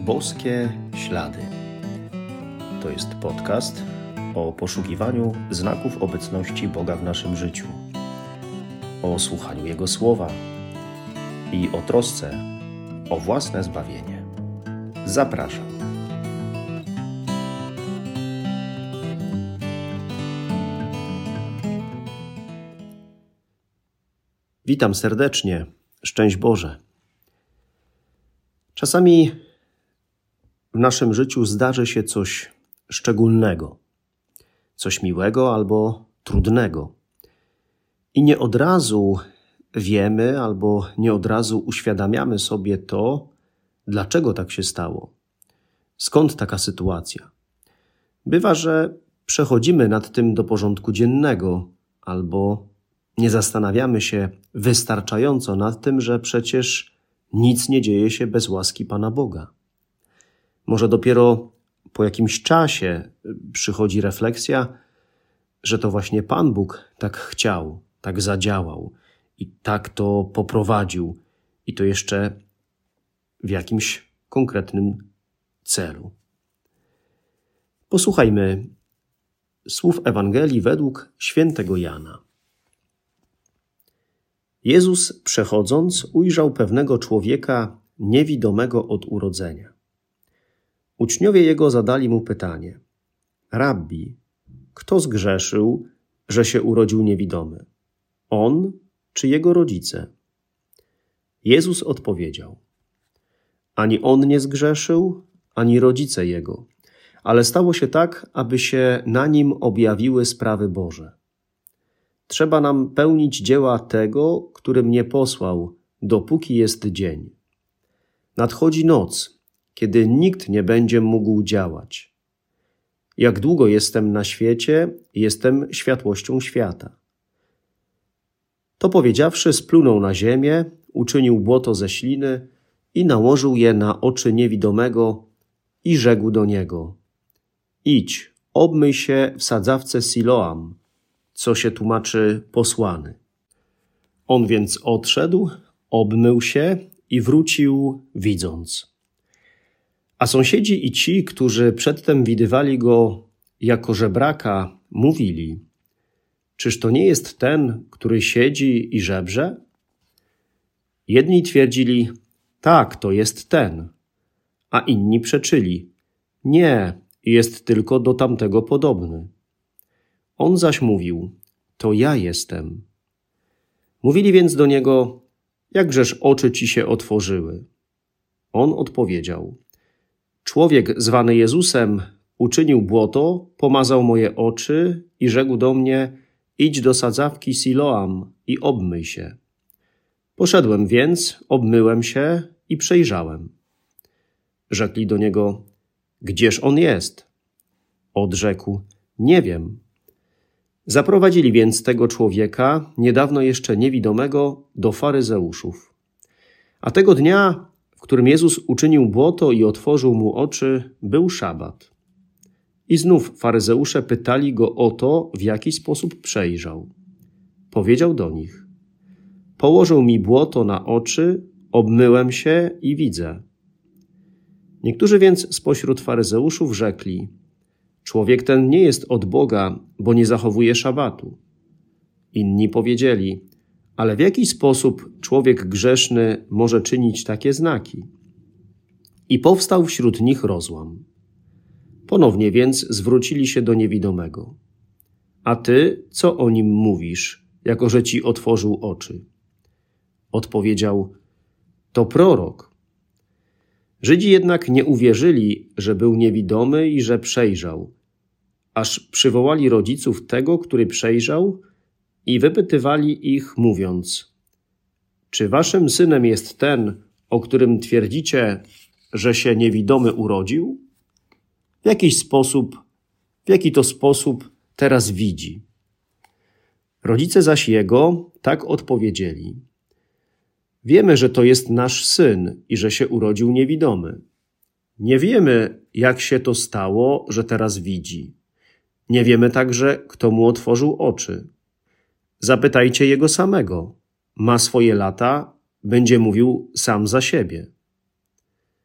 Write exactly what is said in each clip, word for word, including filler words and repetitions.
Boskie Ślady. To jest podcast o poszukiwaniu znaków obecności Boga w naszym życiu, o słuchaniu Jego słowa i o trosce o własne zbawienie. Zapraszam. Witam serdecznie. Szczęść Boże. Czasami w naszym życiu zdarzy się coś szczególnego, coś miłego albo trudnego. I nie od razu wiemy albo nie od razu uświadamiamy sobie to, dlaczego tak się stało. Skąd taka sytuacja? Bywa, że przechodzimy nad tym do porządku dziennego albo nie zastanawiamy się wystarczająco nad tym, że przecież nic nie dzieje się bez łaski Pana Boga. Może dopiero po jakimś czasie przychodzi refleksja, że to właśnie Pan Bóg tak chciał, tak zadziałał i tak to poprowadził i to jeszcze w jakimś konkretnym celu. Posłuchajmy słów Ewangelii według świętego Jana. Jezus, przechodząc, ujrzał pewnego człowieka niewidomego od urodzenia. Uczniowie Jego zadali mu pytanie: Rabbi, kto zgrzeszył, że się urodził niewidomy? On czy jego rodzice? Jezus odpowiedział: Ani on nie zgrzeszył, ani rodzice jego, ale stało się tak, aby się na nim objawiły sprawy Boże. Trzeba nam pełnić dzieła tego, który mnie posłał, dopóki jest dzień. Nadchodzi noc, kiedy nikt nie będzie mógł działać. Jak długo jestem na świecie, jestem światłością świata. To powiedziawszy, splunął na ziemię, uczynił błoto ze śliny i nałożył je na oczy niewidomego i rzekł do niego: Idź, obmyj się w sadzawce Siloam, co się tłumaczy posłany. On więc odszedł, obmył się i wrócił widząc. A sąsiedzi i ci, którzy przedtem widywali go jako żebraka, mówili: Czyż to nie jest ten, który siedzi i żebrze? Jedni twierdzili: Tak, to jest ten, a inni przeczyli: Nie, jest tylko do tamtego podobny. On zaś mówił: To ja jestem. Mówili więc do niego: Jakżeż oczy ci się otworzyły? On odpowiedział: Człowiek zwany Jezusem uczynił błoto, pomazał moje oczy i rzekł do mnie: Idź do sadzawki Siloam i obmyj się. Poszedłem więc, obmyłem się i przejrzałem. Rzekli do niego: Gdzież on jest? Odrzekł: Nie wiem. Zaprowadzili więc tego człowieka, niedawno jeszcze niewidomego, do faryzeuszów. A tego dnia, w którym Jezus uczynił błoto i otworzył mu oczy, był szabat. I znów faryzeusze pytali go o to, w jaki sposób przejrzał. Powiedział do nich: Położył mi błoto na oczy, obmyłem się i widzę. Niektórzy więc spośród faryzeuszów rzekli: Człowiek ten nie jest od Boga, bo nie zachowuje szabatu. Inni powiedzieli: Ale w jaki sposób człowiek grzeszny może czynić takie znaki? I powstał wśród nich rozłam. Ponownie więc zwrócili się do niewidomego. A ty, co o nim mówisz, jako że ci otworzył oczy? Odpowiedział: To prorok. Żydzi jednak nie uwierzyli, że był niewidomy i że przejrzał, aż przywołali rodziców tego, który przejrzał, i wypytywali ich, mówiąc: Czy waszym synem jest ten, o którym twierdzicie, że się niewidomy urodził? W jakiś sposób, w jaki to sposób teraz widzi? Rodzice zaś jego tak odpowiedzieli: Wiemy, że to jest nasz syn i że się urodził niewidomy. Nie wiemy, jak się to stało, że teraz widzi. Nie wiemy także, kto mu otworzył oczy. Zapytajcie jego samego. Ma swoje lata, będzie mówił sam za siebie.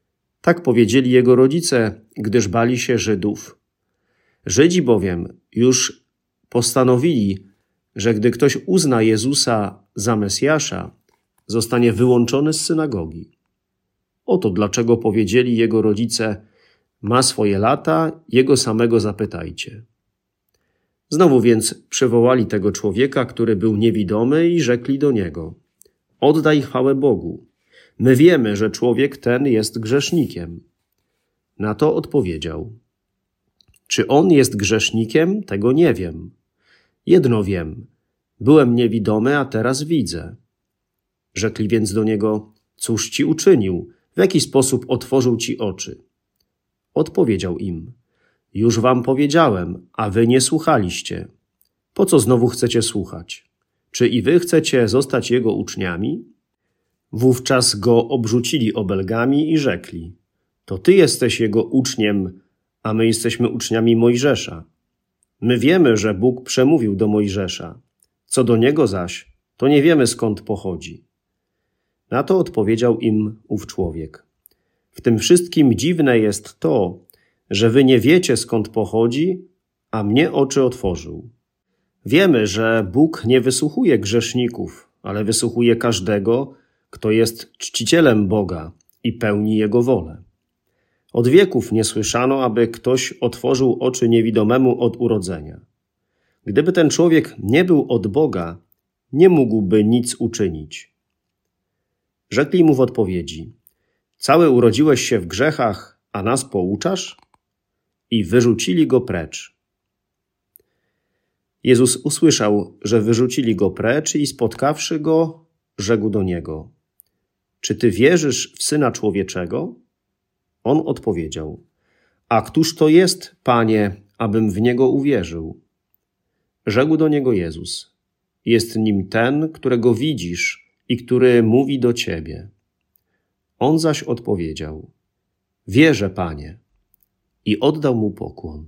Tak powiedzieli jego rodzice, gdyż bali się Żydów. Żydzi bowiem już postanowili, że gdy ktoś uzna Jezusa za Mesjasza, zostanie wyłączony z synagogi. Oto dlaczego powiedzieli jego rodzice: ma swoje lata, jego samego zapytajcie. Znowu więc przywołali tego człowieka, który był niewidomy, i rzekli do niego: oddaj chwałę Bogu. My wiemy, że człowiek ten jest grzesznikiem. Na to odpowiedział: czy on jest grzesznikiem, tego nie wiem. Jedno wiem, byłem niewidomy, a teraz widzę. Rzekli więc do niego: cóż ci uczynił? W jaki sposób otworzył ci oczy? Odpowiedział im: już wam powiedziałem, a wy nie słuchaliście. Po co znowu chcecie słuchać? Czy i wy chcecie zostać jego uczniami? Wówczas go obrzucili obelgami i rzekli: to ty jesteś jego uczniem, a my jesteśmy uczniami Mojżesza. My wiemy, że Bóg przemówił do Mojżesza. Co do niego zaś, to nie wiemy, skąd pochodzi. Na to odpowiedział im ów człowiek: w tym wszystkim dziwne jest to, że wy nie wiecie, skąd pochodzi, a mnie oczy otworzył. Wiemy, że Bóg nie wysłuchuje grzeszników, ale wysłuchuje każdego, kto jest czcicielem Boga i pełni Jego wolę. Od wieków nie słyszano, aby ktoś otworzył oczy niewidomemu od urodzenia. Gdyby ten człowiek nie był od Boga, nie mógłby nic uczynić. Rzekli mu w odpowiedzi: cały urodziłeś się w grzechach, a nas pouczasz? I wyrzucili go precz. Jezus usłyszał, że wyrzucili go precz i spotkawszy go, rzekł do niego: czy ty wierzysz w Syna Człowieczego? On odpowiedział: a któż to jest, Panie, abym w niego uwierzył? Rzekł do niego Jezus: jest nim ten, którego widzisz i który mówi do ciebie. On zaś odpowiedział: wierzę, Panie, i oddał mu pokłon.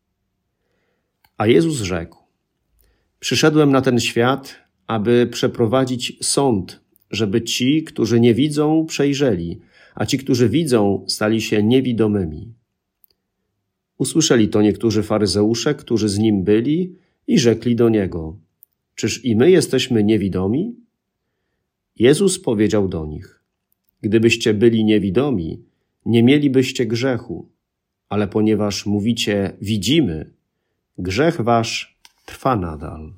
A Jezus rzekł: przyszedłem na ten świat, aby przeprowadzić sąd, żeby ci, którzy nie widzą, przejrzeli, a ci, którzy widzą, stali się niewidomymi. Usłyszeli to niektórzy faryzeusze, którzy z nim byli, i rzekli do niego: czyż i my jesteśmy niewidomi? Jezus powiedział do nich: gdybyście byli niewidomi, nie mielibyście grzechu, ale ponieważ mówicie: widzimy, grzech wasz trwa nadal.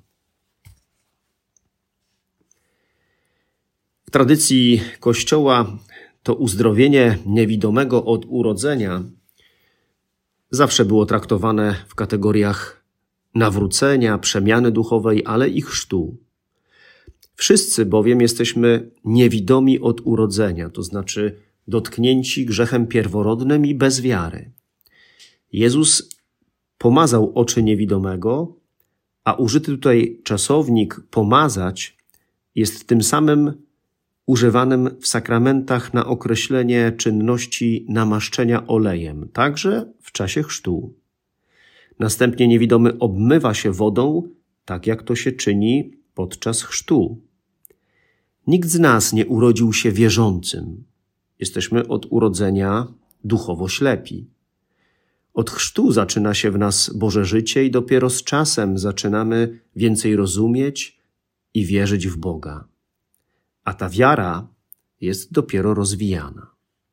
W tradycji Kościoła to uzdrowienie niewidomego od urodzenia zawsze było traktowane w kategoriach nawrócenia, przemiany duchowej, ale i chrztu. Wszyscy bowiem jesteśmy niewidomi od urodzenia, to znaczy dotknięci grzechem pierworodnym i bez wiary. Jezus pomazał oczy niewidomego, a użyty tutaj czasownik pomazać jest tym samym używanym w sakramentach na określenie czynności namaszczenia olejem, także w czasie chrztu. Następnie niewidomy obmywa się wodą, tak jak to się czyni podczas chrztu. Nikt z nas nie urodził się wierzącym. Jesteśmy od urodzenia duchowo ślepi. Od chrztu zaczyna się w nas Boże życie i dopiero z czasem zaczynamy więcej rozumieć i wierzyć w Boga. A ta wiara jest dopiero rozwijana.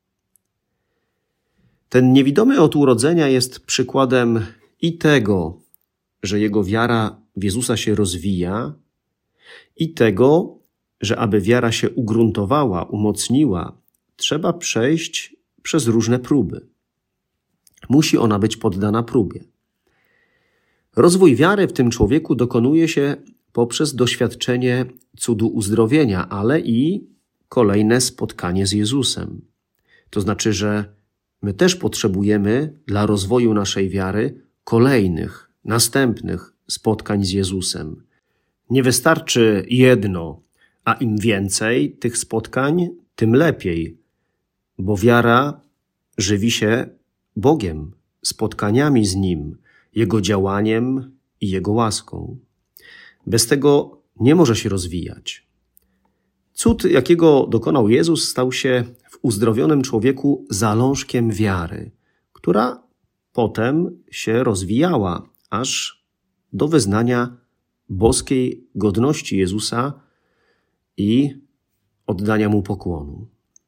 Ten niewidomy od urodzenia jest przykładem i tego, że jego wiara w Jezusa się rozwija, i tego, że aby wiara się ugruntowała, umocniła, trzeba przejść przez różne próby. Musi ona być poddana próbie. Rozwój wiary w tym człowieku dokonuje się poprzez doświadczenie cudu uzdrowienia, ale i kolejne spotkanie z Jezusem. To znaczy, że my też potrzebujemy dla rozwoju naszej wiary kolejnych, następnych spotkań z Jezusem. Nie wystarczy jedno, a im więcej tych spotkań, tym lepiej, bo wiara żywi się Bogiem, spotkaniami z Nim, Jego działaniem i Jego łaską. Bez tego nie może się rozwijać. Cud, jakiego dokonał Jezus, stał się w uzdrowionym człowieku zalążkiem wiary, która potem się rozwijała aż do wyznania boskiej godności Jezusa i oddania Mu pokłonu.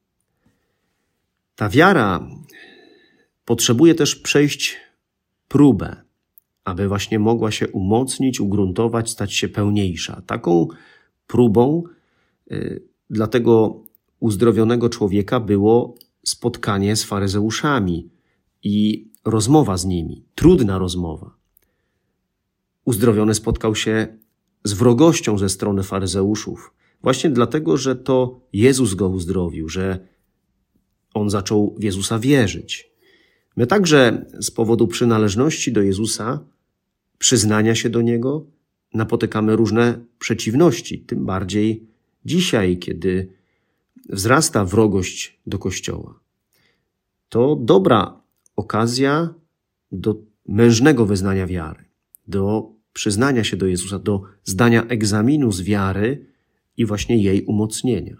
Ta wiara potrzebuje też przejść próbę, aby właśnie mogła się umocnić, ugruntować, stać się pełniejsza. Taką próbą y, dla tego uzdrowionego człowieka było spotkanie z faryzeuszami i rozmowa z nimi, trudna rozmowa. Uzdrowiony spotkał się z wrogością ze strony faryzeuszów, właśnie dlatego, że to Jezus go uzdrowił, że on zaczął w Jezusa wierzyć. My także z powodu przynależności do Jezusa, przyznania się do Niego, napotykamy różne przeciwności, tym bardziej dzisiaj, kiedy wzrasta wrogość do Kościoła. To dobra okazja do mężnego wyznania wiary, do przyznania się do Jezusa, do zdania egzaminu z wiary i właśnie jej umocnienia.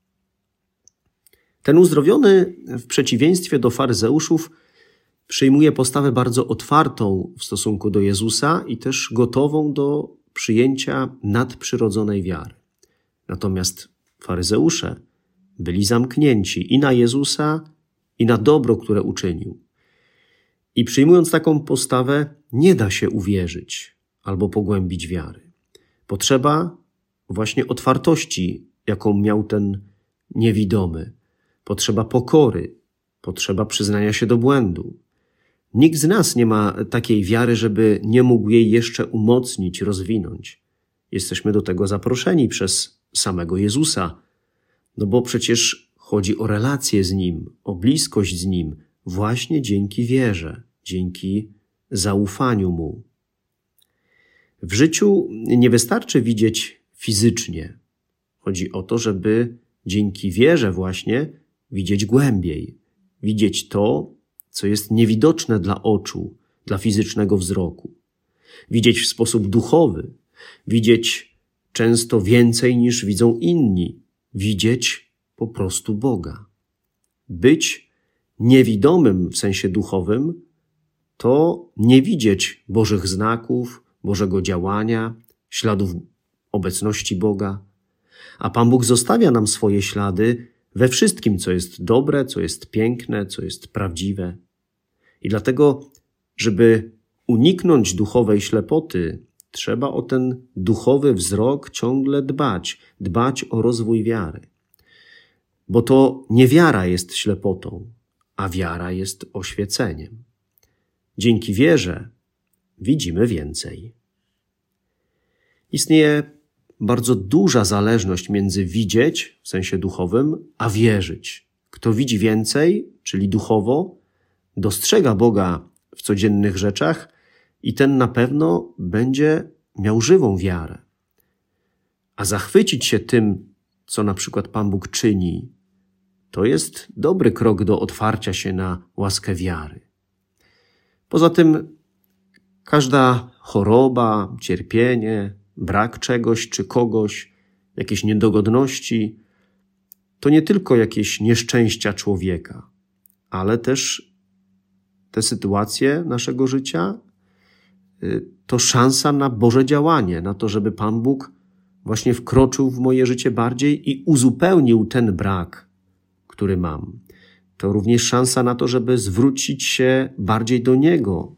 Ten uzdrowiony w przeciwieństwie do faryzeuszów przyjmuje postawę bardzo otwartą w stosunku do Jezusa i też gotową do przyjęcia nadprzyrodzonej wiary. Natomiast faryzeusze byli zamknięci i na Jezusa, i na dobro, które uczynił. I przyjmując taką postawę, nie da się uwierzyć albo pogłębić wiary. Potrzeba właśnie otwartości, jaką miał ten niewidomy. Potrzeba pokory, potrzeba przyznania się do błędu. Nikt z nas nie ma takiej wiary, żeby nie mógł jej jeszcze umocnić, rozwinąć. Jesteśmy do tego zaproszeni przez samego Jezusa, no bo przecież chodzi o relację z Nim, o bliskość z Nim, właśnie dzięki wierze, dzięki zaufaniu Mu. W życiu nie wystarczy widzieć fizycznie. Chodzi o to, żeby dzięki wierze właśnie widzieć głębiej, widzieć to, co jest niewidoczne dla oczu, dla fizycznego wzroku. Widzieć w sposób duchowy, widzieć często więcej niż widzą inni, widzieć po prostu Boga. Być niewidomym w sensie duchowym to nie widzieć Bożych znaków, Bożego działania, śladów obecności Boga. A Pan Bóg zostawia nam swoje ślady we wszystkim, co jest dobre, co jest piękne, co jest prawdziwe. I dlatego, żeby uniknąć duchowej ślepoty, trzeba o ten duchowy wzrok ciągle dbać, dbać o rozwój wiary. Bo to nie wiara jest ślepotą, a wiara jest oświeceniem. Dzięki wierze widzimy więcej. Istnieje bardzo duża zależność między widzieć, w sensie duchowym, a wierzyć. Kto widzi więcej, czyli duchowo, dostrzega Boga w codziennych rzeczach i ten na pewno będzie miał żywą wiarę. A zachwycić się tym, co na przykład Pan Bóg czyni, to jest dobry krok do otwarcia się na łaskę wiary. Poza tym każda choroba, cierpienie, brak czegoś czy kogoś, jakieś niedogodności, to nie tylko jakieś nieszczęścia człowieka, ale też te sytuacje naszego życia to szansa na Boże działanie, na to, żeby Pan Bóg właśnie wkroczył w moje życie bardziej i uzupełnił ten brak, który mam. To również szansa na to, żeby zwrócić się bardziej do Niego,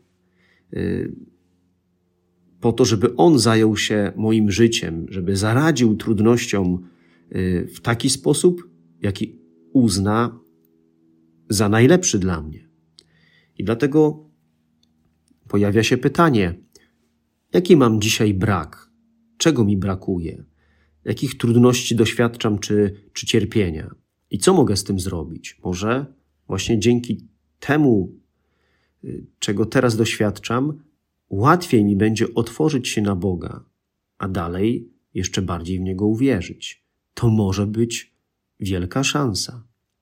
po to, żeby On zajął się moim życiem, żeby zaradził trudnościom w taki sposób, jaki uzna za najlepszy dla mnie. I dlatego pojawia się pytanie, jaki mam dzisiaj brak? Czego mi brakuje? Jakich trudności doświadczam czy, czy cierpienia? I co mogę z tym zrobić? Może właśnie dzięki temu, czego teraz doświadczam, łatwiej mi będzie otworzyć się na Boga, a dalej jeszcze bardziej w Niego uwierzyć. To może być wielka szansa.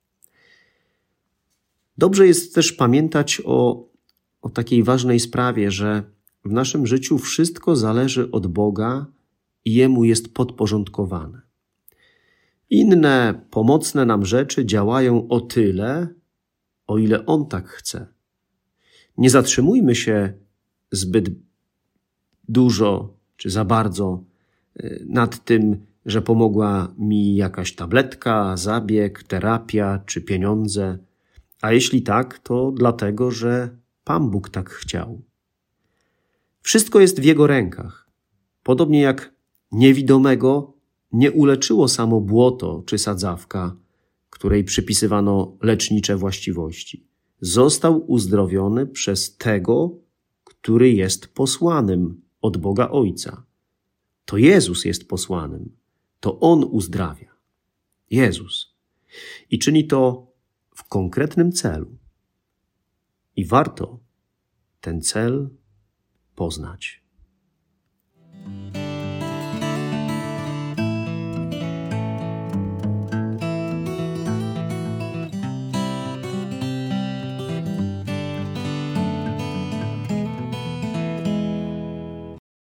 Dobrze jest też pamiętać o, o takiej ważnej sprawie, że w naszym życiu wszystko zależy od Boga i Jemu jest podporządkowane. Inne pomocne nam rzeczy działają o tyle, o ile On tak chce. Nie zatrzymujmy się zbyt dużo czy za bardzo nad tym, że pomogła mi jakaś tabletka, zabieg, terapia czy pieniądze. A jeśli tak, to dlatego, że Pan Bóg tak chciał. Wszystko jest w Jego rękach. Podobnie jak niewidomego nie uleczyło samo błoto czy sadzawka, której przypisywano lecznicze właściwości. Został uzdrowiony przez tego, który jest posłanym od Boga Ojca. To Jezus jest posłanym. To On uzdrawia. Jezus. I czyni to w konkretnym celu. I warto ten cel poznać.